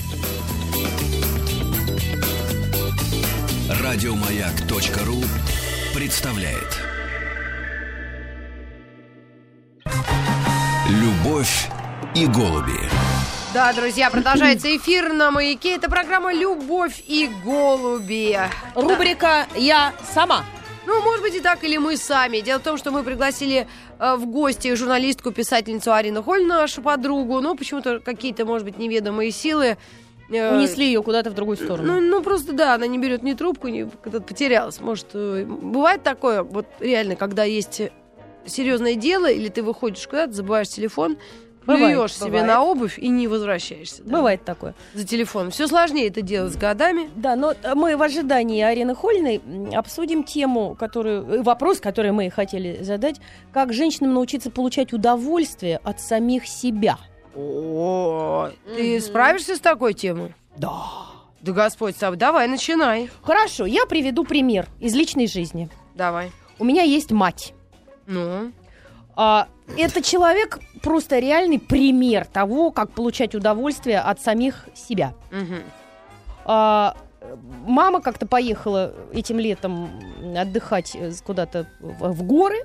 Радиомаяк.ру представляет «Любовь и голуби». Да, друзья, продолжается эфир на Маяке. Это программа «Любовь и голуби». Рубрика «Я сама». Ну, может быть, и так, или мы сами. Дело в том, что мы пригласили в гости журналистку, писательницу Арину Холь, нашу подругу. Но почему-то какие-то, может быть, неведомые силы унесли ее куда-то в другую сторону. Ну, просто, да, она не берет ни трубку, ни когда-то потерялась. Может, бывает такое, вот реально, когда есть серьезное дело, или ты выходишь куда-то, забываешь телефон, плюешь себе на обувь и не возвращаешься. Да, бывает такое. За телефоном. Все сложнее это делать с годами. Да, но мы в ожидании Арины Хольной обсудим тему, вопрос, который мы хотели задать. Как женщинам научиться получать удовольствие от самих себя? О, ты справишься с такой темой? Да. Да Господь с тобой. Давай, начинай. Хорошо, я приведу пример из личной жизни. Давай. У меня есть мать. Ну? Это человек, просто реальный пример того, как получать удовольствие от самих себя. Мама как-то поехала этим летом отдыхать куда-то в горы.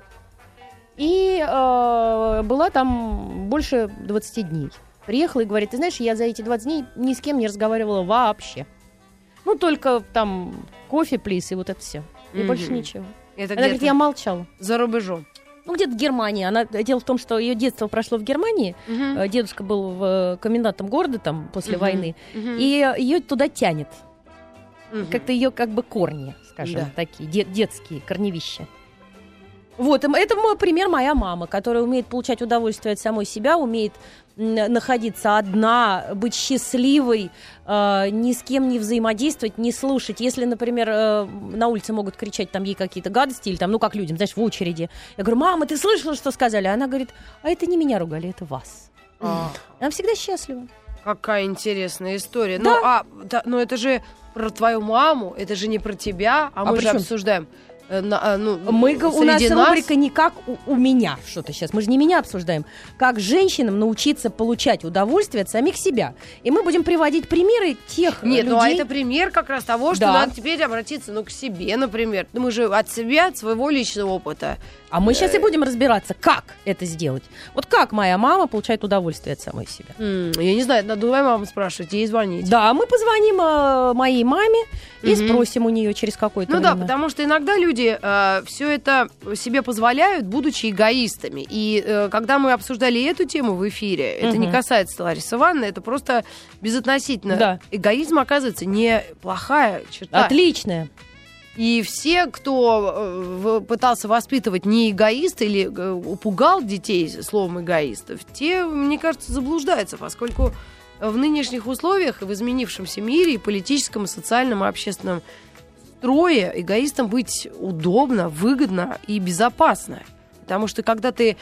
И была там больше 20 дней. Приехала и говорит: ты знаешь, я за эти 20 дней ни с кем не разговаривала вообще. Ну, только там кофе, плиз, и вот это все. И больше ничего. Это она говорит, я молчала. За рубежом. Ну, где-то в Германии. Дело в том, что ее детство прошло в Германии. Дедушка был комендантом города там после войны. И ее туда тянет. Как-то ее как бы корни, скажем, такие, детские корневища. Вот, это мой пример, моя мама, которая умеет получать удовольствие от самой себя, умеет находиться одна, быть счастливой, ни с кем не взаимодействовать, не слушать. Если, например, на улице могут кричать там ей какие-то гадости, или там, ну, как людям, знаешь, в очереди. Я говорю: мама, ты слышала, что сказали? Она говорит: а это не меня ругали, это вас. Она всегда счастлива. Какая интересная история. Да. Но это же про твою маму, это же не про тебя, мы же обсуждаем. У нас рубрика не как у меня что-то сейчас. Мы же не меня обсуждаем. Как женщинам научиться получать удовольствие от самих себя. И мы будем приводить примеры тех людей... Нет, это пример как раз того, что надо теперь обратиться к себе, например. Мы же от себя, от своего личного опыта. А мы сейчас и будем разбираться, как это сделать. Вот как моя мама получает удовольствие от самой себя. Я не знаю, надо твою маму спрашивать, ей звонить. Да, мы позвоним моей маме и спросим у нее через какое-то время. Да, потому что иногда люди все это себе позволяют, будучи эгоистами. И когда мы обсуждали эту тему в эфире, это не касается Ларисы Ивановны, это просто безотносительно. Да. Эгоизм, оказывается, не плохая черта. Отличная. И все, кто пытался воспитывать не эгоиста или пугал детей словом эгоистов, те, мне кажется, заблуждаются, поскольку в нынешних условиях и в изменившемся мире, и политическом, и социальном, и общественном строе эгоистам быть удобно, выгодно и безопасно. Потому что когда ты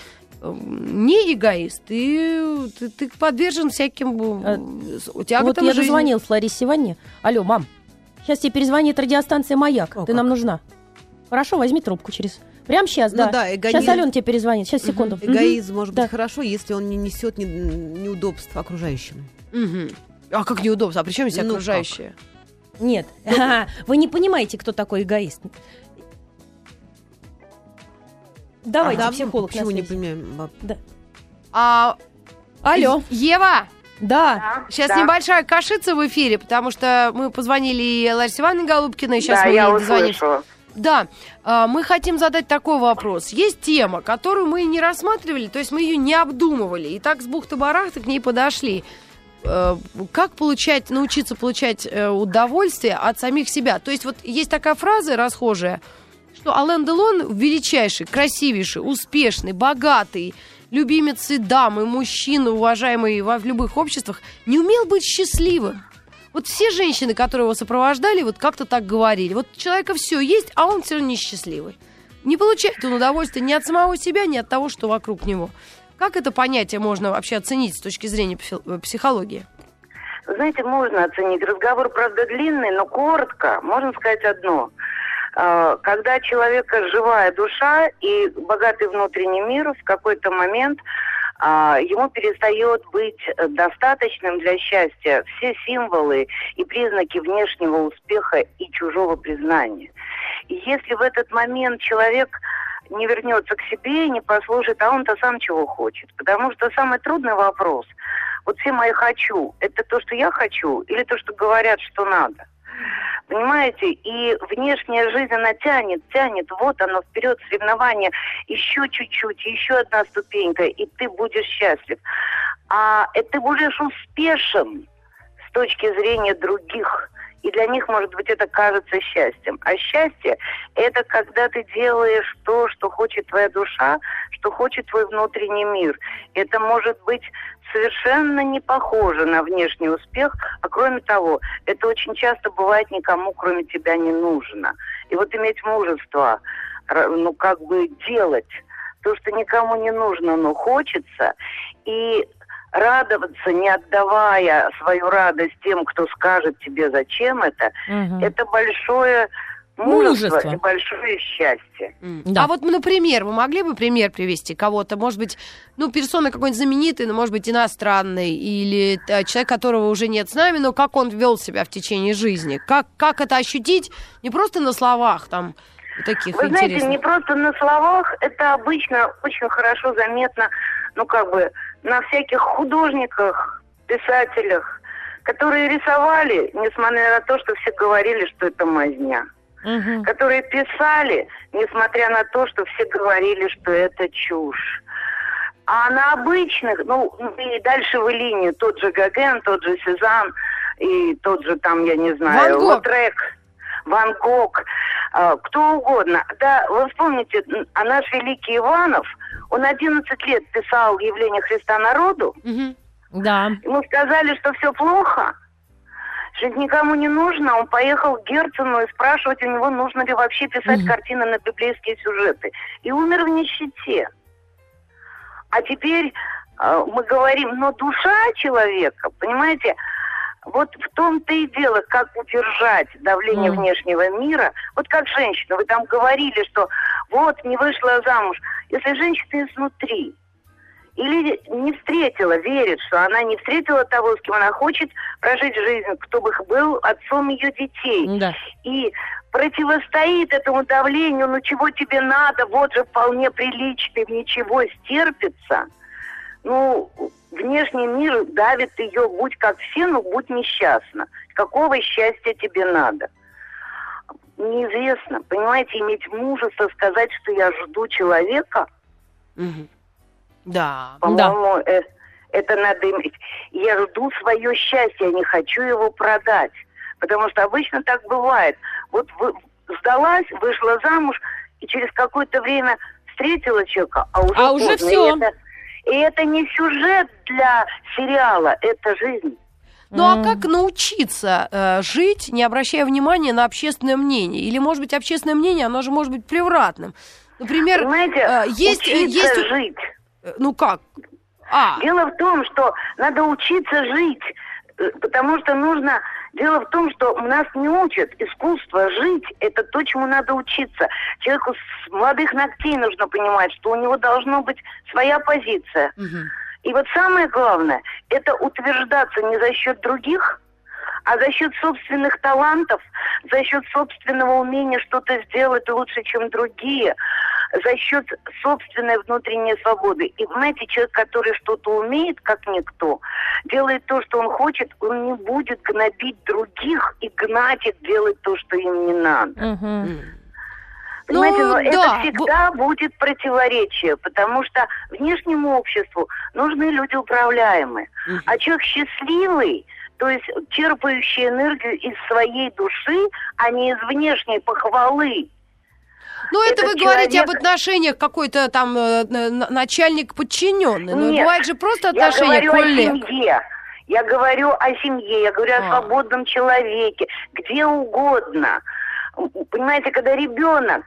не эгоист, ты подвержен всяким тяготам вот я дозвонилась Ларисе Ивановне. Алло, мам. Сейчас тебе перезвонит радиостанция «Маяк». Ты нам нужна. Хорошо, возьми трубку прямо сейчас, да. Сейчас Алена тебе перезвонит. Сейчас, секунду. Эгоизм может быть хорошо, если он не несет неудобств окружающим. А как неудобство? А при чем здесь окружающие? Нет. Вы не понимаете, кто такой эгоист. Давайте, психолог. Почему не понимаем? Алло. Ева! Да. Сейчас небольшая кашица в эфире, потому что мы позвонили и Ларисе Ивановне Голубкиной, сейчас мы ей дозвонимся. Да, мы хотим задать такой вопрос. Есть тема, которую мы не рассматривали, то есть мы ее не обдумывали, и так с бухты-барахты к ней подошли. Как научиться получать удовольствие от самих себя? То есть вот есть такая фраза расхожая, что Ален Делон величайший, красивейший, успешный, богатый, любимец и дамы, мужчина, уважаемый в любых обществах, не умел быть счастливым. Вот все женщины, которые его сопровождали, вот как-то так говорили. Вот у человека все есть, а он все равно несчастливый. Не получает он удовольствия ни от самого себя, ни от того, что вокруг него. Как это понятие можно вообще оценить с точки зрения психологии? Знаете, можно оценить. Разговор, правда, длинный, но коротко. Можно сказать одно. Когда человека живая душа и богатый внутренний мир в какой-то момент ему перестает быть достаточным для счастья все символы и признаки внешнего успеха и чужого признания. И если в этот момент человек не вернется к себе, не послушает, а он-то сам чего хочет. Потому что самый трудный вопрос, вот все мои «хочу», это то, что я хочу, или то, что говорят, что надо? Понимаете? И внешняя жизнь, она тянет, вот оно вперед, соревнование, еще чуть-чуть, еще одна ступенька, и ты будешь счастлив. И ты будешь успешен с точки зрения других. И для них, может быть, это кажется счастьем. А счастье – это когда ты делаешь то, что хочет твоя душа, что хочет твой внутренний мир. Это может быть совершенно не похоже на внешний успех, а кроме того, это очень часто бывает никому, кроме тебя, не нужно. И вот иметь мужество, делать то, что никому не нужно, но хочется, и радоваться, не отдавая свою радость тем, кто скажет тебе, зачем это, это большое мужество и большое счастье. Да. А вот, например, вы могли бы пример привести кого-то, может быть, персона какой-нибудь знаменитый, но, может быть, иностранный, или человек, которого уже нет с нами, но как он вел себя в течение жизни? Как это ощутить не просто на словах, там, таких Вы интересных? знаете, не просто на словах, это обычно очень хорошо заметно, на всяких художниках, писателях, которые рисовали, несмотря на то, что все говорили, что это мазня. Которые писали, несмотря на то, что все говорили, что это чушь. А на обычных, и дальше в линии тот же Гоген, тот же Сезанн, и тот же там, я не знаю, Лотрек, Ван Гог, кто угодно. Да, вы вспомните, наш великий Иванов, он 11 лет писал «Явление Христа народу». Да. Ему сказали, что все плохо, жить никому не нужно. Он поехал к Герцену и спрашивать у него, нужно ли вообще писать картины на библейские сюжеты. И умер в нищете. А теперь мы говорим, но душа человека, понимаете, вот в том-то и дело, как удержать давление внешнего мира. Вот как женщина, вы там говорили, что вот не вышла замуж. Если женщина изнутри или не встретила, верит, что она не встретила того, с кем она хочет прожить жизнь, кто бы был отцом ее детей. Да. И противостоит этому давлению, чего тебе надо, вот же вполне приличный, ничего, стерпится. Внешний мир давит ее, будь как все, но будь несчастна. Какого счастья тебе надо? Неизвестно. Понимаете, иметь мужество сказать, что я жду человека. Да. По-моему, это надо иметь. Я жду свое счастье, я не хочу его продать. Потому что обычно так бывает. Вот сдалась, вышла замуж, и через какое-то время встретила человека, а уже все. И это не сюжет для сериала, это жизнь. А как научиться жить, не обращая внимания на общественное мнение? Или, может быть, общественное мнение, оно же может быть превратным. Например, учиться жить. Как? Дело в том, что надо учиться жить, потому что нужно... Дело в том, что нас не учат искусство жить, это то, чему надо учиться. Человеку с молодых ногтей нужно понимать, что у него должна быть своя позиция. И вот самое главное, это утверждаться не за счет других, а за счет собственных талантов, за счет собственного умения что-то сделать лучше, чем другие, за счет собственной внутренней свободы. И, знаете, человек, который что-то умеет, как никто, делает то, что он хочет, он не будет гнобить других и гнать их делать то, что им не надо. Понимаете, но это всегда будет противоречие, потому что внешнему обществу нужны люди управляемые. А человек счастливый, то есть черпающий энергию из своей души, а не из внешней похвалы. Это вы говорите об отношениях какой-то там начальник-подчиненный. Но бывает же просто отношения коллег. Я говорю о семье, я говорю о свободном человеке, где угодно. Понимаете, когда ребенок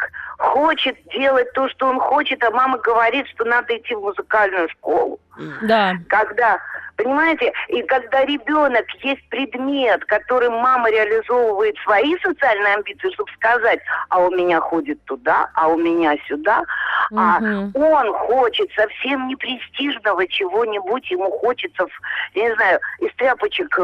хочет делать то, что он хочет, а мама говорит, что надо идти в музыкальную школу. Да. Когда, понимаете, и когда ребенок есть предмет, которым мама реализовывает свои социальные амбиции, чтобы сказать, а у меня ходит туда, а у меня сюда, а он хочет совсем не престижного чего-нибудь, ему хочется, я не знаю, из тряпочек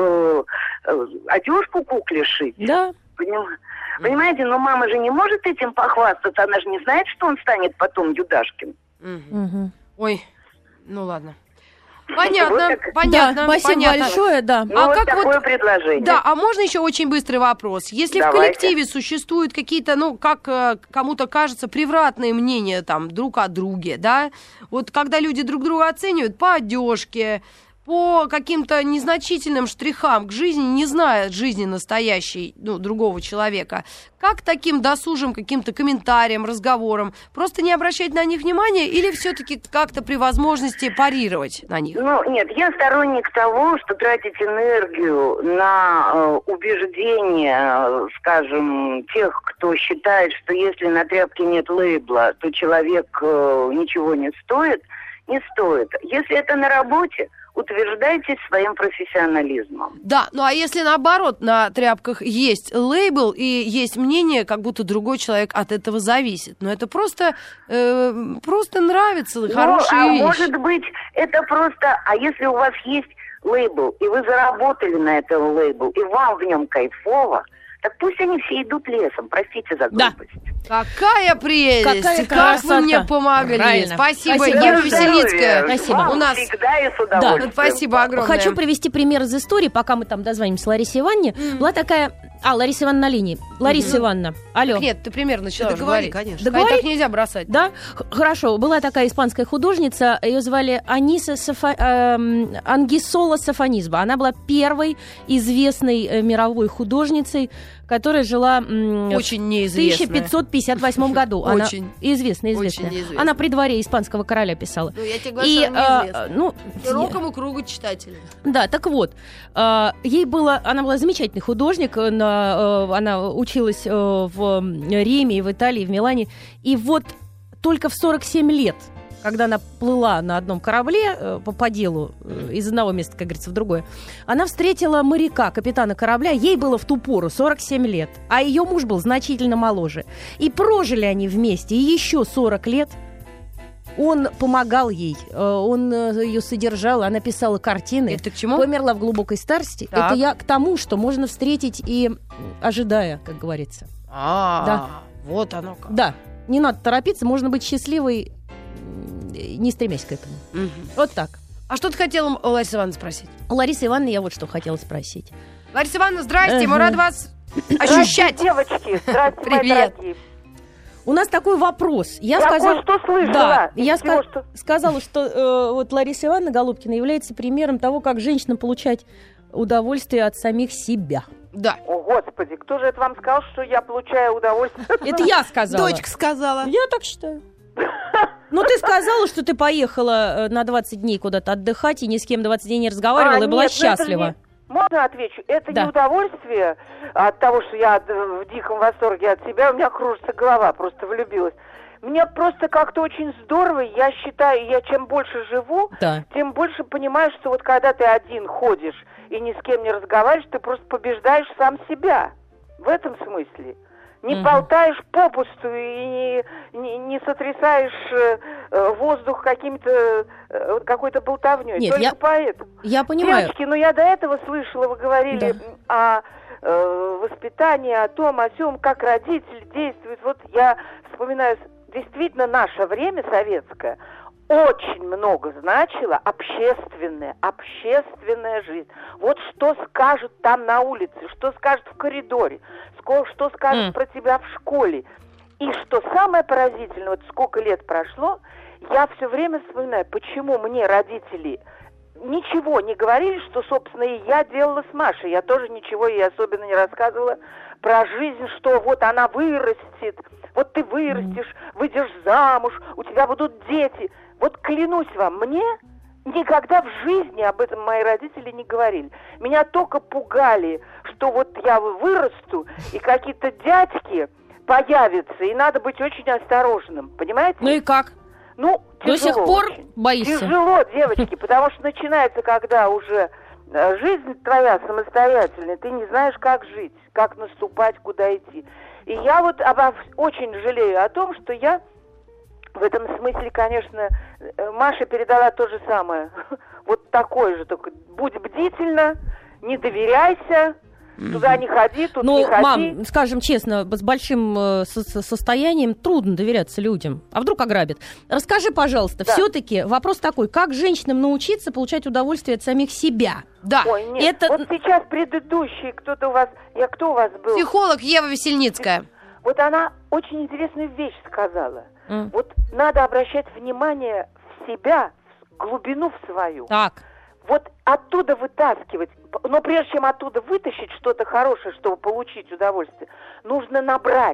одежку кукле шить. Да. Понимаете, но мама же не может этим похвастаться, она же не знает, что он станет потом Юдашкин. Ой, ну ладно. Понятно, Вот понятно. Да, спасибо понятно. большое, да. Ну, вот как такое предложение. Да, а можно еще очень быстрый вопрос? Если Давайте. в коллективе существуют какие-то, ну, как кому-то кажется, превратные мнения там друг о друге, да? Вот когда люди друг друга оценивают по одежке, по каким-то незначительным штрихам к жизни, не зная жизни настоящей, ну, другого человека, как таким досужим каким-то комментариям, разговорам, просто не обращать на них внимания или все-таки как-то при возможности парировать на них? Ну, нет, я сторонник того, что тратить энергию на убеждение, скажем, тех, кто считает, что если на тряпке нет лейбла, то человек ничего не стоит, не стоит. Если это на работе, утверждайтесь своим профессионализмом. Да, ну а если наоборот на тряпках есть лейбл и есть мнение, как будто другой человек от этого зависит. Но это просто нравится, хорошая вещь. Может быть, это просто... А если у вас есть лейбл, и вы заработали на этом лейбл, и вам в нем кайфово, так пусть они все идут лесом, простите за глупость. Да. Какая прелесть! Какая как красота. вы мне помогли! Правильно. Спасибо, Спасибо. Ева Веселицкая. Спасибо. Вам У нас... всегда и с удовольствием. Спасибо огромное. Хочу привести пример из истории, пока мы там дозвонимся Ларисе Ивановне. Была такая... Лариса Ивановна на линии. Лариса Ивановна, алло. Нет, ты примерно начала уже Договори, говорить. конечно. Договори. Так нельзя бросать. Да? Хорошо. Была такая испанская художница, ее звали Ангисола Сафонисба. Она была первой известной мировой художницей, которая жила Очень в неизвестная. 1558 году. Она Очень. известная. Очень неизвестная. Она при дворе испанского короля писала. Ну, я тебе говорю, что она неизвестна. Широкому кругу читателей. Да, так вот, она была замечательный художник, она училась в Риме, и в Италии, и в Милане, и вот только в 47 лет, когда она плыла на одном корабле по делу из одного места, как говорится, в другое, она встретила моряка, капитана корабля, ей было в ту пору 47 лет, а ее муж был значительно моложе. И прожили они вместе еще 40 лет. Он помогал ей, он ее содержал, она писала картины. Это к чему? Померла в глубокой старости. Так. Это я к тому, что можно встретить и ожидая, как говорится. Да. Вот оно как. Да, не надо торопиться, можно быть счастливой, не стремясь к этому. Вот так. А что ты хотела, Лариса Ивановна, спросить? У Ларисы Ивановны я вот что хотела спросить. Лариса Ивановна, здрасте, мы рады вас ощущать. Девочки, здравствуйте, мои Привет. дорогие. У нас такой вопрос. Я кое-что слышала. Да, из я всего, что- сказала, что вот Лариса Ивановна Голубкина является примером того, как женщинам получать удовольствие от самих себя. Да. О, Господи, кто же это вам сказал, что я получаю удовольствие? Это я сказала. Дочка сказала. Я так считаю. Ну, ты сказала, что ты поехала на 20 дней куда-то отдыхать и ни с кем 20 дней не разговаривала и была нет, ну это счастлива. не- Можно отвечу? Это Да. не удовольствие от того, что я в диком восторге от себя, у меня кружится голова, просто влюбилась. Мне просто как-то очень здорово, я считаю, я чем больше живу, Да. тем больше понимаю, что вот когда ты один ходишь и ни с кем не разговариваешь, ты просто побеждаешь сам себя. В этом смысле. Не болтаешь попусту и не сотрясаешь воздух какой-то болтовней. Нет, Только поэтому. Я понимаю. Девочки, ну я до этого слышала, вы говорили о воспитании, о том, о сём, как родители действуют. Вот я вспоминаю, действительно, наше время советское очень много значило общественная жизнь. Вот что скажут там на улице, что скажут в коридоре, что скажут про тебя в школе. И что самое поразительное, вот сколько лет прошло, я все время вспоминаю, почему мне родители ничего не говорили, что, собственно, и я делала с Машей. Я тоже ничего ей особенно не рассказывала про жизнь, что вот она вырастет, вот ты вырастешь, выйдешь замуж, у тебя будут дети. Вот клянусь вам, мне никогда в жизни об этом мои родители не говорили. Меня только пугали, что вот я вырасту, и какие-то дядьки появится, и надо быть очень осторожным, понимаете? Ну и как? Ну, до сих пор очень. Боишься? Тяжело, девочки, потому что начинается, когда уже жизнь твоя самостоятельная, ты не знаешь, как жить, как наступать, куда идти. И я вот очень жалею о том, что я в этом смысле, конечно, Маша передала то же самое. Вот такое же, только будь бдительна, не доверяйся, туда не ходи, тут не ходи. Мам, скажем честно, с большим состоянием трудно доверяться людям. А вдруг ограбят? Расскажи, пожалуйста, все-таки вопрос такой, как женщинам научиться получать удовольствие от самих себя? Да. Ой, нет, вот сейчас предыдущий, кто у вас был? Психолог Ева Весельницкая. Вот она очень интересную вещь сказала. Вот надо обращать внимание в себя, в глубину в свою. Так. Вот оттуда вытаскивать. Но прежде чем оттуда вытащить что-то хорошее, чтобы получить удовольствие, нужно набрать.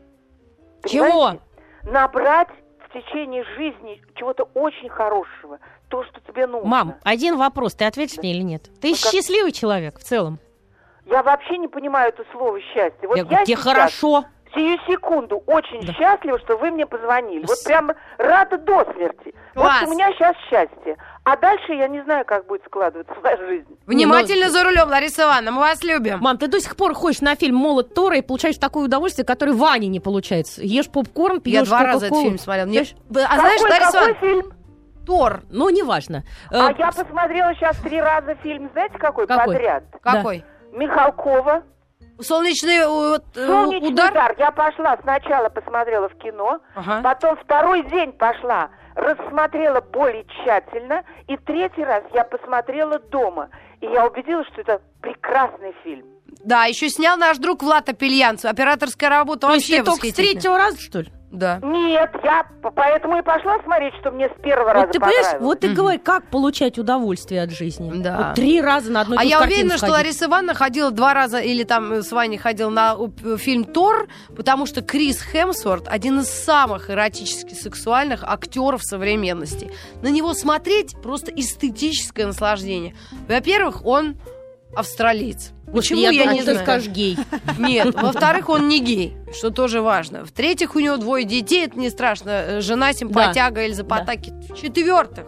Чего? Набрать в течение жизни чего-то очень хорошего. То, что тебе нужно. Мам, один вопрос. Ты ответишь мне или нет? Ты счастливый человек в целом? Я вообще не понимаю это слово «счастье». Вот я тебе хорошо. Сию секунду очень счастлива, что вы мне позвонили. Вот прямо рада до смерти. Класс. Вот у меня сейчас счастье. А дальше я не знаю, как будет складываться моя жизнь. Внимательно за рулем, Лариса Ивановна, мы вас любим. Мам, ты до сих пор ходишь на фильм «Молот Тора» и получаешь такое удовольствие, которое Ване не получается. Ешь попкорн, пьешь Я 2 кока-колу. раза этот фильм смотрела. Знаешь, Какой фильм? Тор. Ну, неважно. А я посмотрела сейчас 3 раза фильм, знаете, какой? Подряд. Какой? Михалкова. Солнечный «Солнечный удар». Я пошла, сначала посмотрела в кино, потом второй день пошла, рассмотрела более тщательно, и 3-й раз я посмотрела дома. И я убедилась, что это прекрасный фильм. Да, еще снял наш друг Влад Апельянц. Операторская работа вообще восхитительная. Ты только с 3-го раза, что ли? Да. Нет, я поэтому и пошла смотреть, что мне с 1-го раза ты понравилось. Вот ты говоришь, как получать удовольствие от жизни. Да. Вот 3 раза на одной я уверена, что Лариса Ивановна ходила 2 раза, или там с Ваней ходила на фильм «Тор», потому что Крис Хемсворт один из самых эротически сексуальных актеров современности. На него смотреть просто эстетическое наслаждение. Во-первых, он австралиец. Почему, я не знаю. Ты скажешь гей. Нет. Во-вторых, он не гей, что тоже важно. В-третьих, у него 2 детей, это не страшно. Жена симпатяга Эльза Потаки. В-четвертых,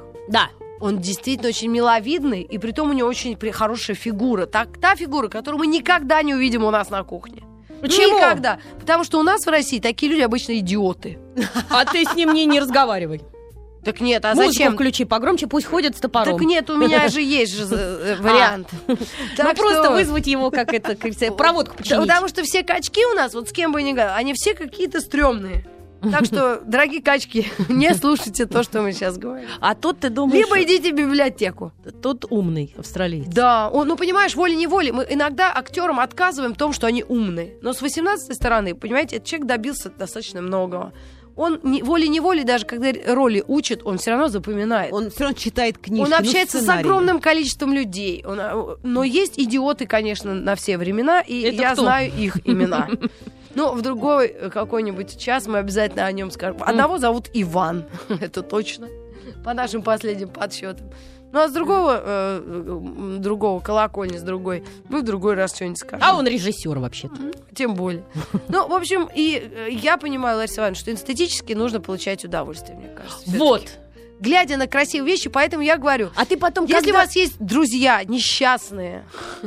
он действительно очень миловидный, и притом у него очень хорошая фигура. Та фигура, которую мы никогда не увидим у нас на кухне. Почему? Никогда. Потому что у нас в России такие люди обычно идиоты. А ты с ним не разговаривай. Так нет, а музыку зачем? Включи погромче, пусть ходит с топором. Так нет, у меня же есть вариант. Ну просто вызвать его, как это, проводку починить. Потому что все качки у нас, вот с кем бы ни говорили, они все какие-то стрёмные. Так что, дорогие качки, не слушайте то, что мы сейчас говорим. А тут ты думаешь... Либо идите в библиотеку. Тут умный австралиец. Да, ну понимаешь, волей-неволей мы иногда актерам отказываем в том, что они умные. Но с 18-й стороны, понимаете, этот человек добился достаточно многого. Он волей-неволей, даже когда роли учит, он все равно запоминает. Он все равно читает книжки. Он общается с огромным количеством людей. Но есть идиоты, конечно, на все времена, и это я кто? знаю их имена. Ну, в другой какой-нибудь час мы обязательно о нем скажем. Одного зовут Иван, это точно, по нашим последним подсчетам. Ну, а с другого колокольни, с другой, мы в другой раз что-нибудь скажем. А он режиссер вообще-то. Тем более. Ну, в общем, и я понимаю, Лариса Ивановна, что эстетически нужно получать удовольствие, мне кажется. Вот. Глядя на красивые вещи, поэтому я говорю, а ты потом, если у вас есть друзья несчастные,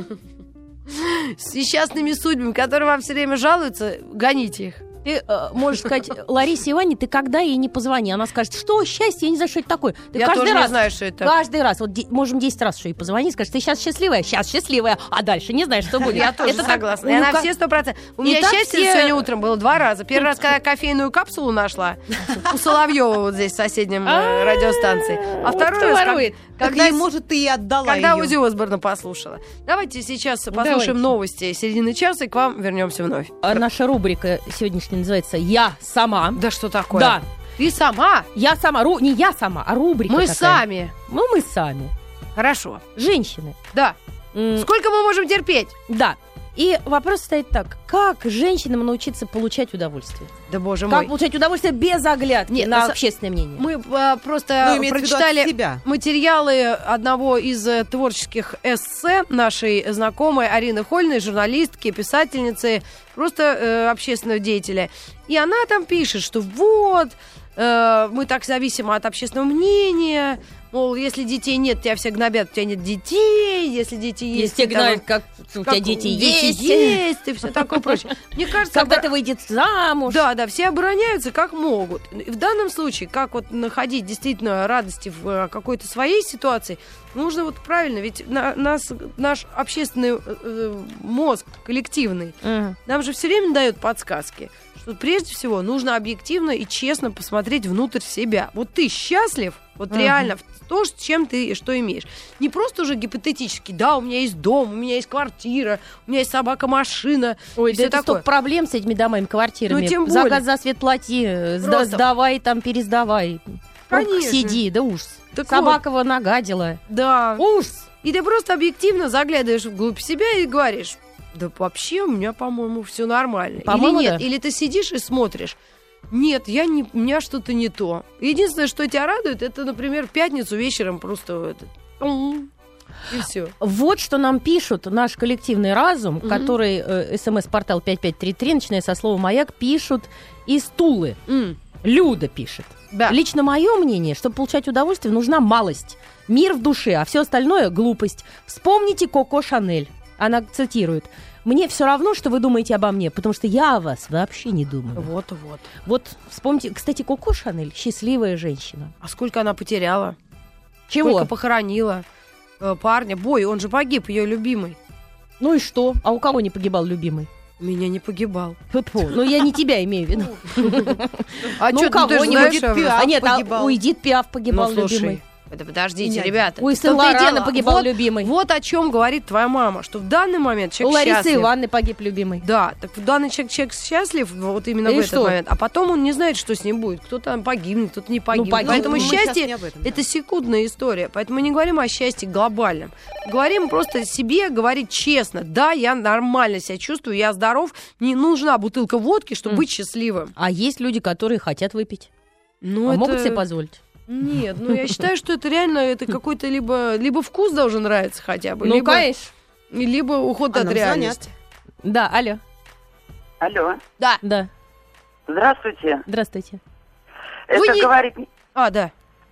с несчастными судьбами, которые вам все время жалуются, гоните их. Ты можешь сказать Ларисе Ивановне, ты когда ей не позвони. Она скажет, что счастье, я не знаю, что это такое. Ты я тоже не знаю, что это. Каждый раз, вот можем 10 раз что ей позвонить, скажешь, ты сейчас счастливая, а дальше не знаешь, что будет. Я тоже согласна. Я на все 100%. У меня счастье сегодня утром было 2 раза. Первый раз, когда кофейную капсулу нашла у Соловьева вот здесь, в соседнем радиостанции. А второй раз, когда, может, ты и отдала когда ее. Узи Осборна послушала. Давайте сейчас послушаем новости середины часа и к вам вернемся вновь. Наша рубрика сегодняшняя называется «Я сама». Да что такое? Да. Ты сама? Я сама. Не я сама, а рубрика Мы такая. сами. Ну, мы сами. Хорошо. Женщины. Да. Сколько мы можем терпеть? Да. И вопрос стоит так. Как женщинам научиться получать удовольствие? Да боже мой. Как получать удовольствие без оглядки на общественное мнение? Мы просто прочитали материалы одного из творческих эссе нашей знакомой Арины Хольной, журналистки, писательницы, просто общественного деятеля. И она там пишет, что вот, мы так зависимы от общественного мнения. Мол, если детей нет, тебя все гнобят, у тебя нет детей. Если дети есть, все гнобят, как у тебя дети есть. И все такое прочее. Мне кажется, когда ты выйдешь замуж. Да, все обороняются как могут. В данном случае, как вот находить действительно радости в какой-то своей ситуации, нужно вот правильно, ведь наш общественный мозг коллективный нам же все время дает подсказки, что прежде всего нужно объективно и честно посмотреть внутрь себя. Вот ты счастлив, вот реально то, чем ты что имеешь. Не просто уже гипотетически, да, у меня есть дом, у меня есть квартира, у меня есть собака-машина. Ой, да это столько проблем с этими домами, квартирами. Ну, тем более. Заказ за свет плати, сдавай, там, пересдавай. Конечно. Сиди, да ужас. Так собака вот нагадила. Да. Ужас. И ты просто объективно заглядываешь вглубь себя и говоришь, да вообще у меня, по-моему, все нормально. По-моему, или нет, да. Или ты сидишь и смотришь. Нет, у меня что-то не то. Единственное, что тебя радует, это, например, в пятницу вечером просто и все. Вот что нам пишут наш коллективный разум, который СМС-портал 5533, начиная со слова «Маяк», пишут из Тулы. Люда пишет. Да. Лично мое мнение, чтобы получать удовольствие, нужна малость, мир в душе, а все остальное – глупость. Вспомните Коко Шанель. Она цитирует: «Мне все равно, что вы думаете обо мне, потому что я о вас вообще не думаю». Вот. Вот вспомните, кстати, Коко Шанель – счастливая женщина. А сколько она потеряла? Чего? Сколько похоронила парня? Бой, он же погиб, ее любимый. Ну и что? А у кого не погибал любимый? У меня не погибал. Ну, я не тебя имею в виду. А ну, что, у кого-нибудь Пиаф нет, у Эдит Пиаф погибал любимый. Это подождите, ребята. У Сен Лорана погибал любимый. Вот о чем говорит твоя мама, что в данный момент человек счастлив. У Ларисы счастлив. Ивановны погиб любимый. Да, так в данный человек счастлив вот именно и в этот что? момент. А потом он не знает, что с ним будет. Кто-то там погибнет, кто-то не погибнет. Поэтому счастье – это секундная история. Поэтому мы не говорим о счастье глобальном. Говорим просто себе, говорить честно. Да, я нормально себя чувствую, я здоров. Не нужна бутылка водки, чтобы быть счастливым. А есть люди, которые хотят выпить. Ну, это... могут себе позволить? Нет, ну я считаю, что это реально это какой-то либо вкус должен нравиться хотя бы, ну, конечно. Либо уход от реальности. Да, алло. Алло. Да. Здравствуйте. Здравствуйте. Это говорит... да.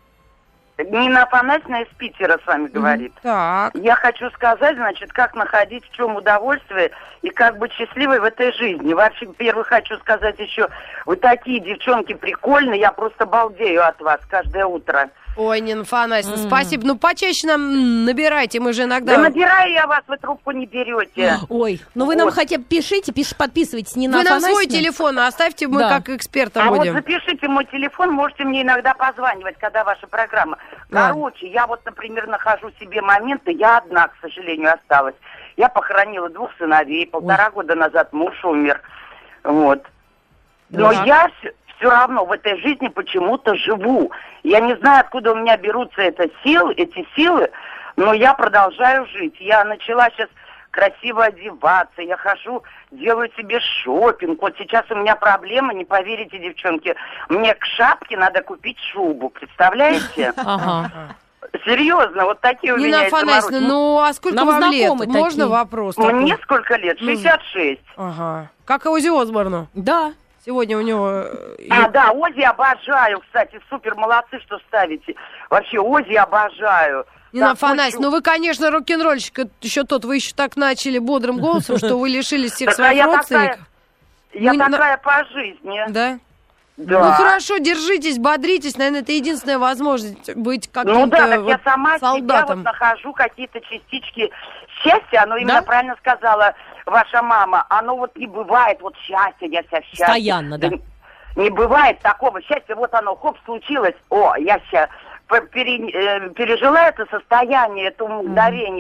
Нина Афанасьевна из Питера с вами говорит. Так. Я хочу сказать, значит, как находить в чем удовольствие и как быть счастливой в этой жизни. Вообще, первый хочу сказать еще, вы такие девчонки прикольные, я просто балдею от вас каждое утро. Ой, Нина Афанасьевна, спасибо. Ну, почаще нам набирайте, мы же иногда... Да набираю я вас, вы трубку не берете. Ой, ну вы нам хотя бы пишите, подписывайтесь, Нина Вы Афанасьевна. нам свой телефон оставьте, мы как экспертом будем. Вот запишите мой телефон, можете мне иногда позванивать, когда ваша программа. Короче, я вот, например, нахожу себе моменты, я одна, к сожалению, осталась. Я похоронила 2 сыновей, 1,5 года назад муж умер. Вот. Но я все равно в этой жизни почему-то живу. Я не знаю, откуда у меня берутся эти силы, но я продолжаю жить. Я начала сейчас красиво одеваться, я хожу, делаю себе шопинг. Вот сейчас у меня проблема, не поверите, девчонки, мне к шапке надо купить шубу, представляете? Ага. Серьезно, вот такие у меня Нина Афанасьевна, ну а сколько вам лет? Можно вопрос? Мне сколько лет? 66. Ага. Как и Оззи Осборну. Да. Сегодня у него... Да, Оззи обожаю, кстати, супер, молодцы, что ставите. Вообще, Оззи обожаю. Нина Афанасьевна, ну вы, конечно, рок-н-ролльщик, еще тот, вы еще так начали бодрым голосом, что вы лишились всех своих родственников. Я такая по жизни. Да? Да. Ну хорошо, держитесь, бодритесь, наверное, это единственная возможность быть каким-то Ну да, так я сама солдатом. себя вот нахожу какие-то частички счастья, оно именно правильно сказала ваша мама, оно вот не бывает, вот счастье, я вся счастье. Постоянно, да. Не бывает такого счастья, вот оно, хоп, случилось, я сейчас пережила это состояние, это мгновение,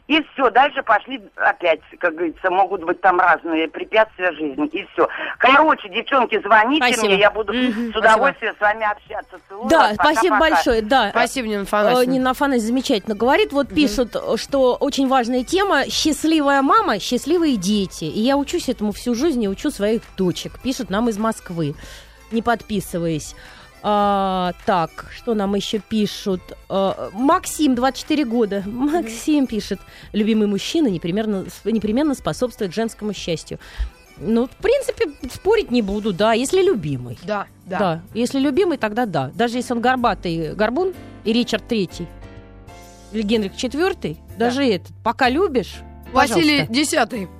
И все, дальше пошли опять, как говорится, могут быть там разные препятствия жизни, и все. Короче, девчонки, звоните мне, я буду с удовольствием с вами общаться. Целую да, вас, спасибо большое. Да. Спасибо, Нина Афанасьевна. Нина Афанасьевна замечательно говорит. Вот пишут, что очень важная тема – счастливая мама, счастливые дети. И я учусь этому всю жизнь и учу своих дочек. Пишут нам из Москвы, не подписываясь. Так, что нам еще пишут? Максим, 24 года. Максим пишет, любимый мужчина непременно способствует женскому счастью. Ну, в принципе, спорить не буду, да, если любимый. Да. Если любимый, тогда да. Даже если он горбатый горбун и Ричард III или Генрих IV, даже этот, пока любишь, Василий X.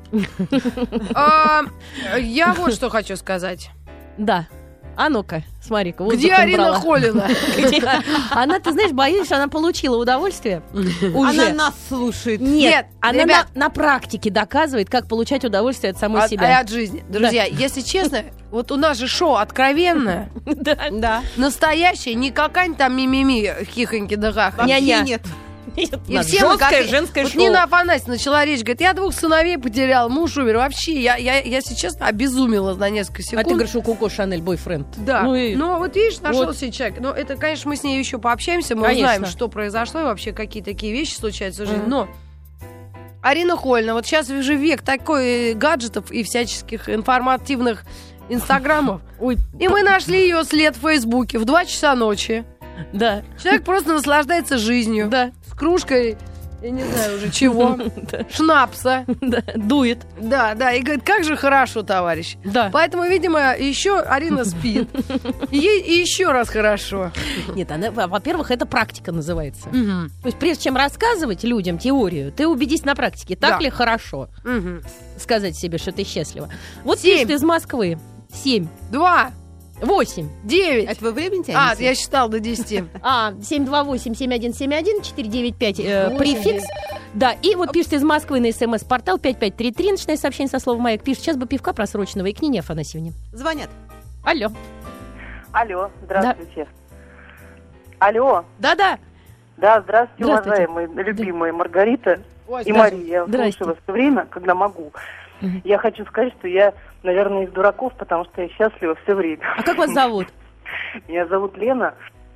Я вот что хочу сказать. Да. А ну-ка, смотри-ка. Где Арина Холина? Она, ты знаешь, боюсь, она получила удовольствие уже. Она нас слушает. Нет, она на практике доказывает, как получать удовольствие от самой себя. И от жизни. Друзья, если честно, вот у нас же шоу откровенное. Да. Настоящее, не какая-нибудь там мимими, хихоньки да хаха. Вообще нет. И все женское вот шоу. Нина Афанасьевна начала речь, говорит, я 2 сыновей потеряла, муж умер. Вообще, я если честно, обезумела на несколько секунд. А ты говоришь, у Коко Шанель бойфренд. Да, ну вот видишь, нашелся человек. Но это, конечно, мы с ней еще пообщаемся, мы узнаем, что произошло, и вообще какие такие вещи случаются в жизни. Но Арина Холина, вот сейчас уже век такой гаджетов и всяческих информативных инстаграмов. И мы нашли ее след в Фейсбуке в 2 часа ночи. Да. Человек просто наслаждается жизнью. Да. С кружкой, я не знаю уже чего, шнапса. Да, дует. Да, и говорит, как же хорошо, товарищ. Да. Поэтому, видимо, еще Арина спит. И ей еще раз хорошо. Нет, во-первых, это практика называется. То есть прежде чем рассказывать людям теорию, ты убедись на практике, так ли хорошо сказать себе, что ты счастлива. Вот пишет из Москвы. 7. 2. 8. 9. Это вы время тянете? Я считал до 10. 728-7171-495 префикс. Да, и вот пишет из Москвы на СМС-портал 5533, начинает сообщение со словом «Маяк». Пишет, сейчас бы пивка просроченного и к Нине Афанасьевне. Звонят. Алло. Алло, здравствуйте. Да. Алло. Да-да. Да, здравствуйте, уважаемые, любимые Маргарита и Мария. Я слушаю вас все время, когда могу. Я хочу сказать, что я, наверное, из дураков, потому что я счастлива все время. А как вас зовут? Меня зовут Лена.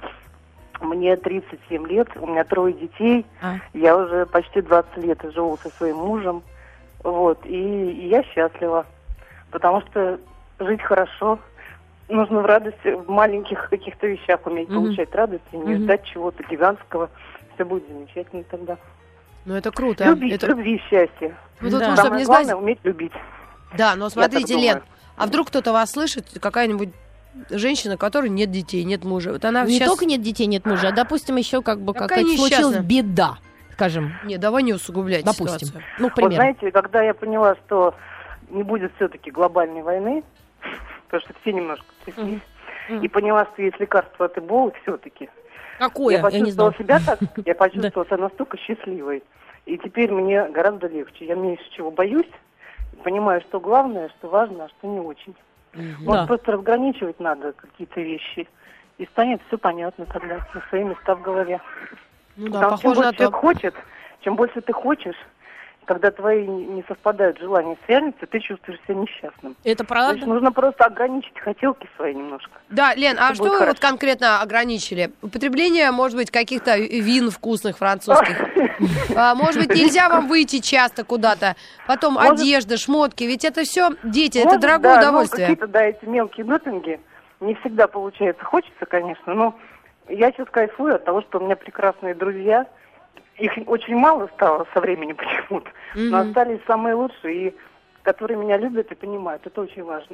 Мне 37 лет, у меня 3 детей. Я уже почти 20 лет живу со своим мужем. Вот, и я счастлива, потому что жить хорошо. Нужно в радости, в маленьких каких-то вещах уметь получать радость и не ждать чего-то гигантского. Все будет замечательно тогда. Ну, это круто. Любви и счастье. Самое главное — уметь любить. Да, но смотрите, Лен, а вдруг кто-то вас слышит, какая-нибудь женщина, у которой нет детей, нет мужа. Вот она не только нет детей, нет мужа, а, допустим, еще какая-то случилась беда, скажем. Не, давай не усугублять ситуацию. Ну, к примеру. Вот знаете, когда я поняла, что не будет все-таки глобальной войны, потому что все немножко тряслись, и поняла, что есть лекарство от Эболы все-таки. Какое? Я почувствовала себя так, я почувствовала себя настолько счастливой. И теперь мне гораздо легче. Я меньше чего боюсь, понимаю, что главное, что важно, а что не очень. Вот просто разграничивать надо какие-то вещи, и станет все понятно тогда, на свои места в голове. Ну да, похоже на то. Чем больше ты хочешь, когда твои не совпадают желания с реальностью, ты чувствуешь себя несчастным. Это правда? Значит, нужно просто ограничить хотелки свои немножко. Да, Лен, а что вы вот конкретно ограничили? Употребление, может быть, каких-то вин вкусных французских? Может быть, нельзя вам выйти часто куда-то? Потом одежда, шмотки, ведь это все дети, это дорогое удовольствие. Какие-то, эти мелкие допинги не всегда получается. Хочется, конечно, но я сейчас кайфую от того, что у меня прекрасные друзья. Их очень мало стало со временем почему-то, но остались самые лучшие, и которые меня любят и понимают. Это очень важно.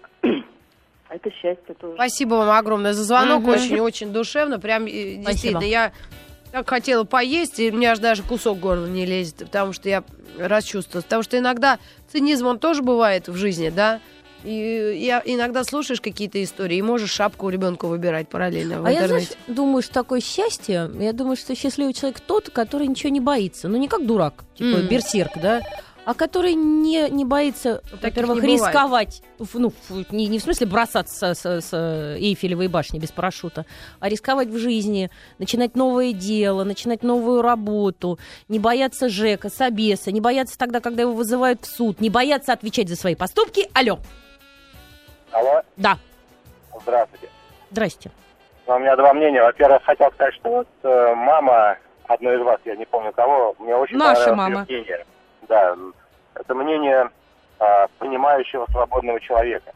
Это счастье тоже. Спасибо вам огромное за звонок, очень-очень душевно. Прям действительно, я так хотела поесть, и у меня аж даже кусок горла не лезет, потому что я расчувствовалась. Потому что иногда цинизм, он тоже бывает в жизни, да? И иногда слушаешь какие-то истории и можешь шапку у ребенка выбирать параллельно в интернете. Я, знаешь, думаю, что такое счастье, я думаю, что счастливый человек тот, который ничего не боится. Ну, не как дурак, типа берсерк, да, а который не боится, во-первых, рисковать. Ну, не в смысле бросаться с Эйфелевой башни без парашюта, а рисковать в жизни, начинать новое дело, начинать новую работу, не бояться ЖЭКа, собеса, не бояться тогда, когда его вызывают в суд, не бояться отвечать за свои поступки. Алло. Алло? Да. Здравствуйте. Здрасте. У меня два мнения. Во-первых, хотел сказать, что вот мама одной из вас, я не помню кого, мне очень Наша понравилось мама. ее мнение. Да, это мнение понимающего свободного человека.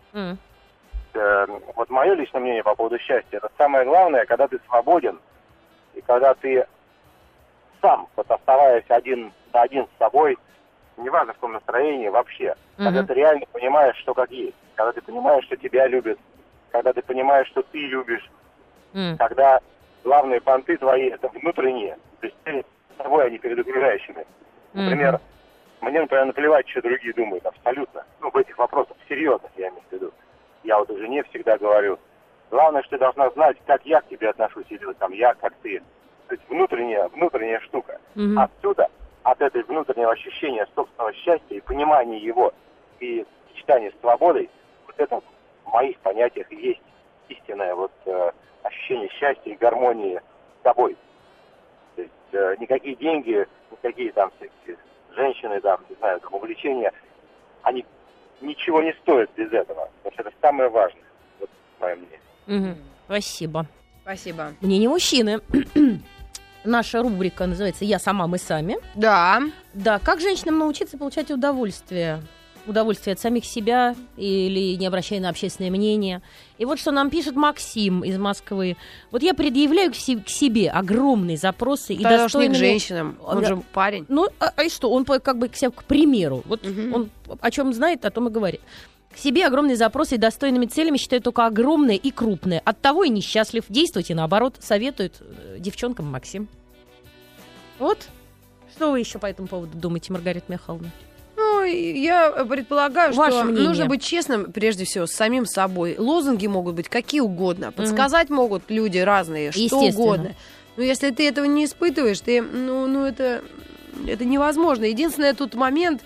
Вот мое личное мнение по поводу счастья, это самое главное, когда ты свободен, и когда ты сам, вот оставаясь один на один с собой, неважно в каком настроении вообще, когда ты реально понимаешь, что как есть, когда ты понимаешь, что тебя любят, когда ты понимаешь, что ты любишь, когда главные понты твои это внутренние, то есть ты с собой, а не перед окружающими. Например, мне, например, наплевать, что другие думают, абсолютно. Ну, в этих вопросах, серьезных, я имею в виду. Я вот жене всегда говорю, главное, что ты должна знать, как я к тебе отношусь, или там я, как ты. То есть внутренняя штука. Отсюда, от этой внутреннего ощущения собственного счастья и понимания его, и сочетания с свободой, вот это в моих понятиях и есть истинное вот ощущение счастья и гармонии с собой. То есть никакие деньги, никакие там всякие женщины, там, не знаю, там, увлечения, они ничего не стоят без этого. Потому что это самое важное. Вот мое мнение. Спасибо. Спасибо. Мнение мужчины. Наша рубрика называется «Я сама, мы сами». Да. Да, как женщинам научиться получать удовольствие? Удовольствие от самих себя или не обращая на общественное мнение. И вот что нам пишет Максим из Москвы. Вот я предъявляю к себе огромные запросы и достойными... к женщинам, он же парень. Ну, и что? Он как бы к себе к примеру. Вот он о чем знает, о том и говорит. К себе огромные запросы и достойными целями считают только огромные и крупные. Оттого и несчастлив. Действуйте наоборот, советует девчонкам Максим. Вот. Что вы еще по этому поводу думаете, Маргарита Михайловна? Ну, я предполагаю, Ваше что мнение. нужно быть честным, прежде всего, с самим собой. Лозунги могут быть какие угодно. Подсказать могут люди разные, что угодно. Но если ты этого не испытываешь, ты, это невозможно. Единственный тут момент,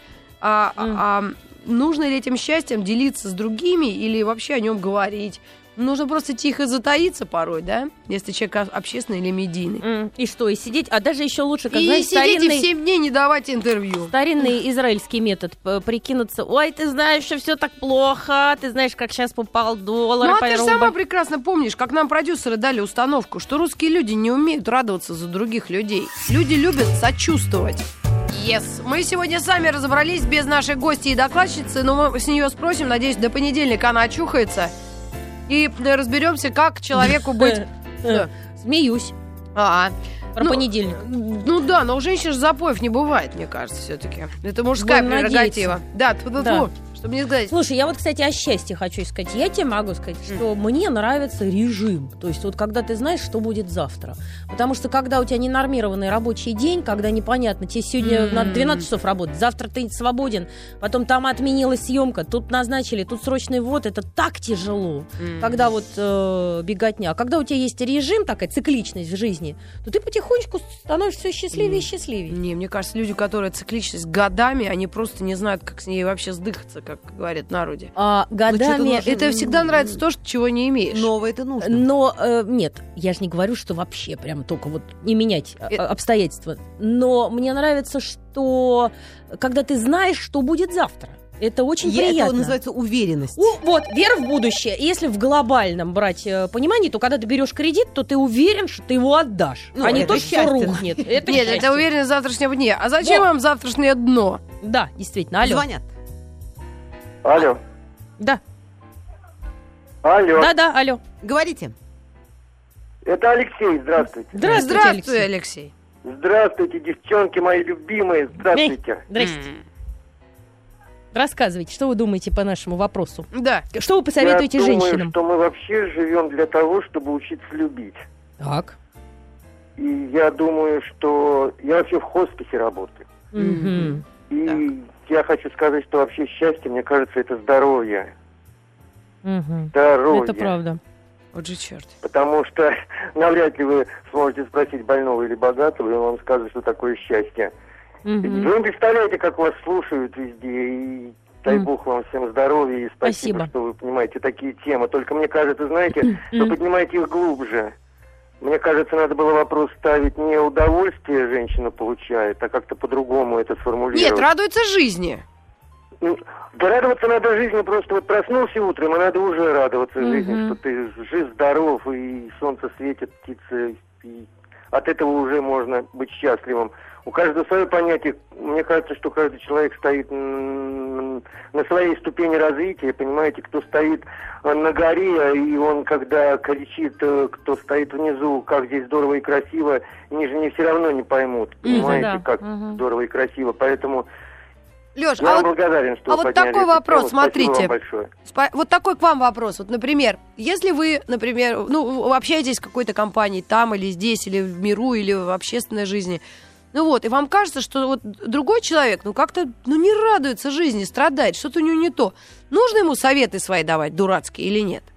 нужно ли этим счастьем делиться с другими или вообще о нем говорить. Нужно просто тихо затаиться порой, да? Если человек общественный или медийный. И что, и сидеть? А даже еще лучше, как, знаешь, сидеть и 7 дней не давать интервью. Старинный израильский метод. Прикинуться, ой, ты знаешь, что все так плохо, ты знаешь, как сейчас попал доллар. Ну, а ты же сама прекрасно помнишь, как нам продюсеры дали установку, что русские люди не умеют радоваться за других людей. Люди любят сочувствовать. Мы сегодня сами разобрались без нашей гости и докладчицы, но мы с нее спросим, надеюсь, до понедельника она очухается. И разберемся, как человеку быть... Смеюсь. Про понедельник. Ну да, но у женщин же запоев не бывает, мне кажется, все-таки. Это мужская прерогатива. Да, чтобы не сказать. Слушай, я вот, кстати, о счастье хочу сказать. Я тебе могу сказать, что мне нравится режим. То есть вот когда ты знаешь, что будет завтра. Потому что когда у тебя ненормированный рабочий день, когда непонятно, тебе сегодня надо 12 часов работать, завтра ты свободен, потом там отменилась съемка, тут назначили, тут срочный ввод, это так тяжело. Когда вот беготня. А когда у тебя есть режим, такая цикличность в жизни, то ты потихонечку становишься все счастливее и счастливее. Не, мне кажется, люди, которые цикличность годами, они просто не знают, как с ней вообще сдыхаться, как говорят в народе. Годами... Это всегда нравится то, чего не имеешь. Новое это нужно. Но нет, я же не говорю, что вообще прям только вот не менять обстоятельства. Но мне нравится, что когда ты знаешь, что будет завтра. Это очень приятно. Это называется уверенность. Вот, вера в будущее. Если в глобальном брать понимание, то когда ты берешь кредит, то ты уверен, что ты его отдашь, а не то, что рухнет. Нет, это уверенность в завтрашнем дне. А зачем вам завтрашнее дно? Да, действительно. Алло. Звонят. Алло. Да. Алло. Да, алло. Говорите. Это Алексей, здравствуйте. Здравствуй, Алексей. Здравствуйте, девчонки мои любимые, здравствуйте. Здрасте. Рассказывайте, что вы думаете по нашему вопросу? Да. Что вы посоветуете женщинам? Я думаю, что мы вообще живем для того, чтобы учиться любить. Так. И я думаю, что... Я вообще в хосписе работаю. И я хочу сказать, что вообще счастье, мне кажется, это здоровье. Здоровье. Это правда. Вот же черт. Потому что навряд ли вы сможете спросить больного или богатого, и он вам скажет, что такое счастье. Вы не представляете, как вас слушают везде, и дай бог вам всем здоровья, и спасибо, что вы понимаете такие темы. Только мне кажется, знаете, вы поднимаете их глубже. Мне кажется, надо было вопрос ставить не удовольствие женщина получает, а как-то по-другому это сформулировать. Нет, радуется жизни. Да радоваться надо жизни, просто вот проснулся утром, и надо уже радоваться жизни, что ты жив, здоров, и солнце светит, птицы, и от этого уже можно быть счастливым. У каждого свое понятие. Мне кажется, что каждый человек стоит на своей ступени развития, понимаете, кто стоит на горе, и он, когда кричит, кто стоит внизу, как здесь здорово и красиво, ниже все равно не поймут, понимаете, как здорово и красиво, поэтому... Лёш, я вам благодарен, что вы вот такой вопрос, тему. смотрите, вот такой к вам вопрос. Вот, например, если вы, например, общаетесь с какой-то компанией там или здесь, или в миру, или в общественной жизни, и вам кажется, что вот другой человек, как-то, не радуется жизни, страдает, что-то у него не то. Нужно ему советы свои давать, дурацкие, или нет?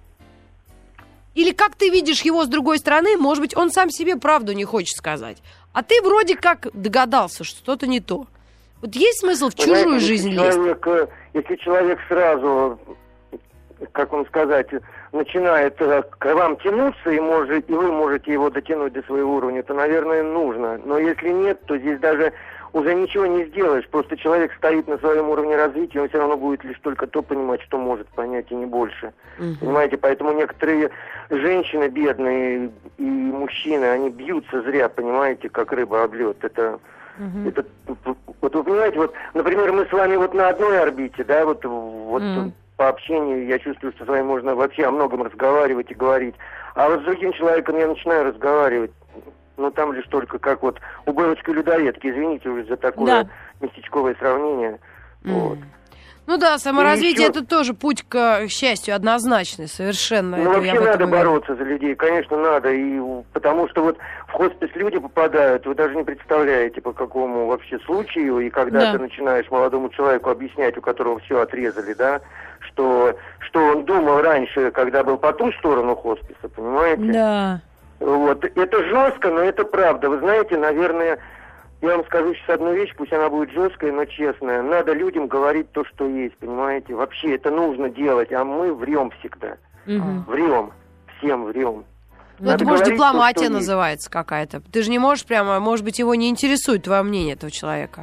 Или как ты видишь его с другой стороны, может быть, он сам себе правду не хочет сказать, а ты вроде как догадался, что что-то не то. Вот есть смысл в чужую жизнь лезть? Если человек сразу, как вам сказать, начинает к вам тянуться, и вы можете его дотянуть до своего уровня, то, наверное, нужно. Но если нет, то здесь даже уже ничего не сделаешь. Просто человек стоит на своем уровне развития, он все равно будет лишь только то понимать, что может понять, и не больше. Понимаете, поэтому некоторые женщины бедные и мужчины, они бьются зря, понимаете, как рыба об лед. Это вот вы понимаете, например, мы с вами на одной орбите, да, по общению я чувствую, что с вами можно вообще о многом разговаривать и говорить. А с другим человеком я начинаю разговаривать, там лишь только как у бабочки-людоедки, извините уже за такое местечковое сравнение. Саморазвитие это тоже путь к счастью однозначный, совершенно. Вообще надо бороться за людей, конечно, надо, потому что в хоспис люди попадают, вы даже не представляете, по какому вообще случаю, и когда ты начинаешь молодому человеку объяснять, у которого все отрезали, да, что он думал раньше, когда был по ту сторону хосписа, понимаете? Да. Это жестко, но это правда. Вы знаете, наверное, я вам скажу сейчас одну вещь, пусть она будет жесткая, но честная. Надо людям говорить то, что есть, понимаете? Вообще это нужно делать, а мы врем всегда. Врем, всем врем. Это, может, дипломатия называется какая-то. Ты же не можешь прямо, может быть, его не интересует твое мнение этого человека.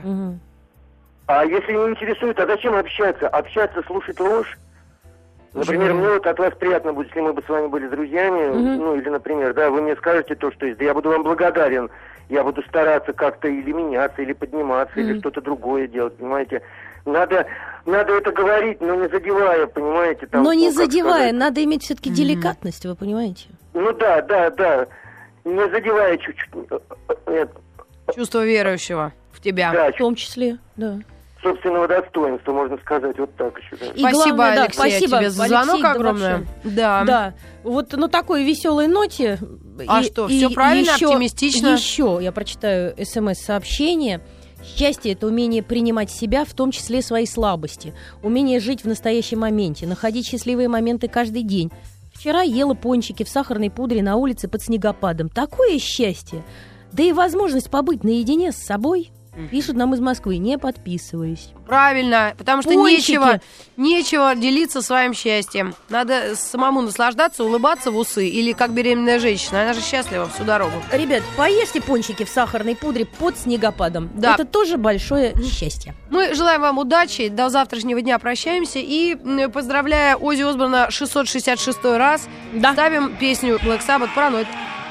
А если не интересует, а зачем общаться? Общаться, слушать ложь? Например, мне от вас приятно будет, если мы бы с вами были друзьями, или, например, вы мне скажете то, что есть, да я буду вам благодарен, я буду стараться как-то или меняться, или подниматься, или что-то другое делать, понимаете? Надо это говорить, но не задевая, понимаете? Но не задевая, надо иметь все-таки деликатность, вы понимаете? Да, не задевая чуть-чуть. Нет. Чувство верующего в тебя. Да, в том числе, да. Собственного достоинства, можно сказать, вот так еще. Да. И спасибо, главное, Алексей, тебе за звонок огромное. Да. На такой веселой ноте. Все правильно, оптимистично. Еще я прочитаю СМС-сообщение. Счастье – это умение принимать себя, в том числе свои слабости. Умение жить в настоящем моменте, находить счастливые моменты каждый день. Вчера ела пончики в сахарной пудре на улице под снегопадом. Такое счастье! Да и возможность побыть наедине с собой. Пишут нам из Москвы, не подписываясь. Правильно, потому что нечего делиться своим счастьем. Надо самому наслаждаться, улыбаться в усы. Или как беременная женщина, она же счастлива всю дорогу. Ребят, поешьте пончики в сахарной пудре под снегопадом. Да. Это тоже большое счастье. Мы желаем вам удачи, до завтрашнего дня прощаемся. И, поздравляя Оззи Осборна 666 раз, ставим песню Black Sabbath «Параноид».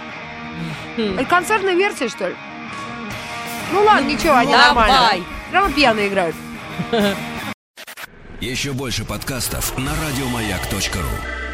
Это концертная версия, что ли? Ладно, ничего, они нормально. Прямо пьяные играют. Еще больше подкастов на радиомаяк.ру.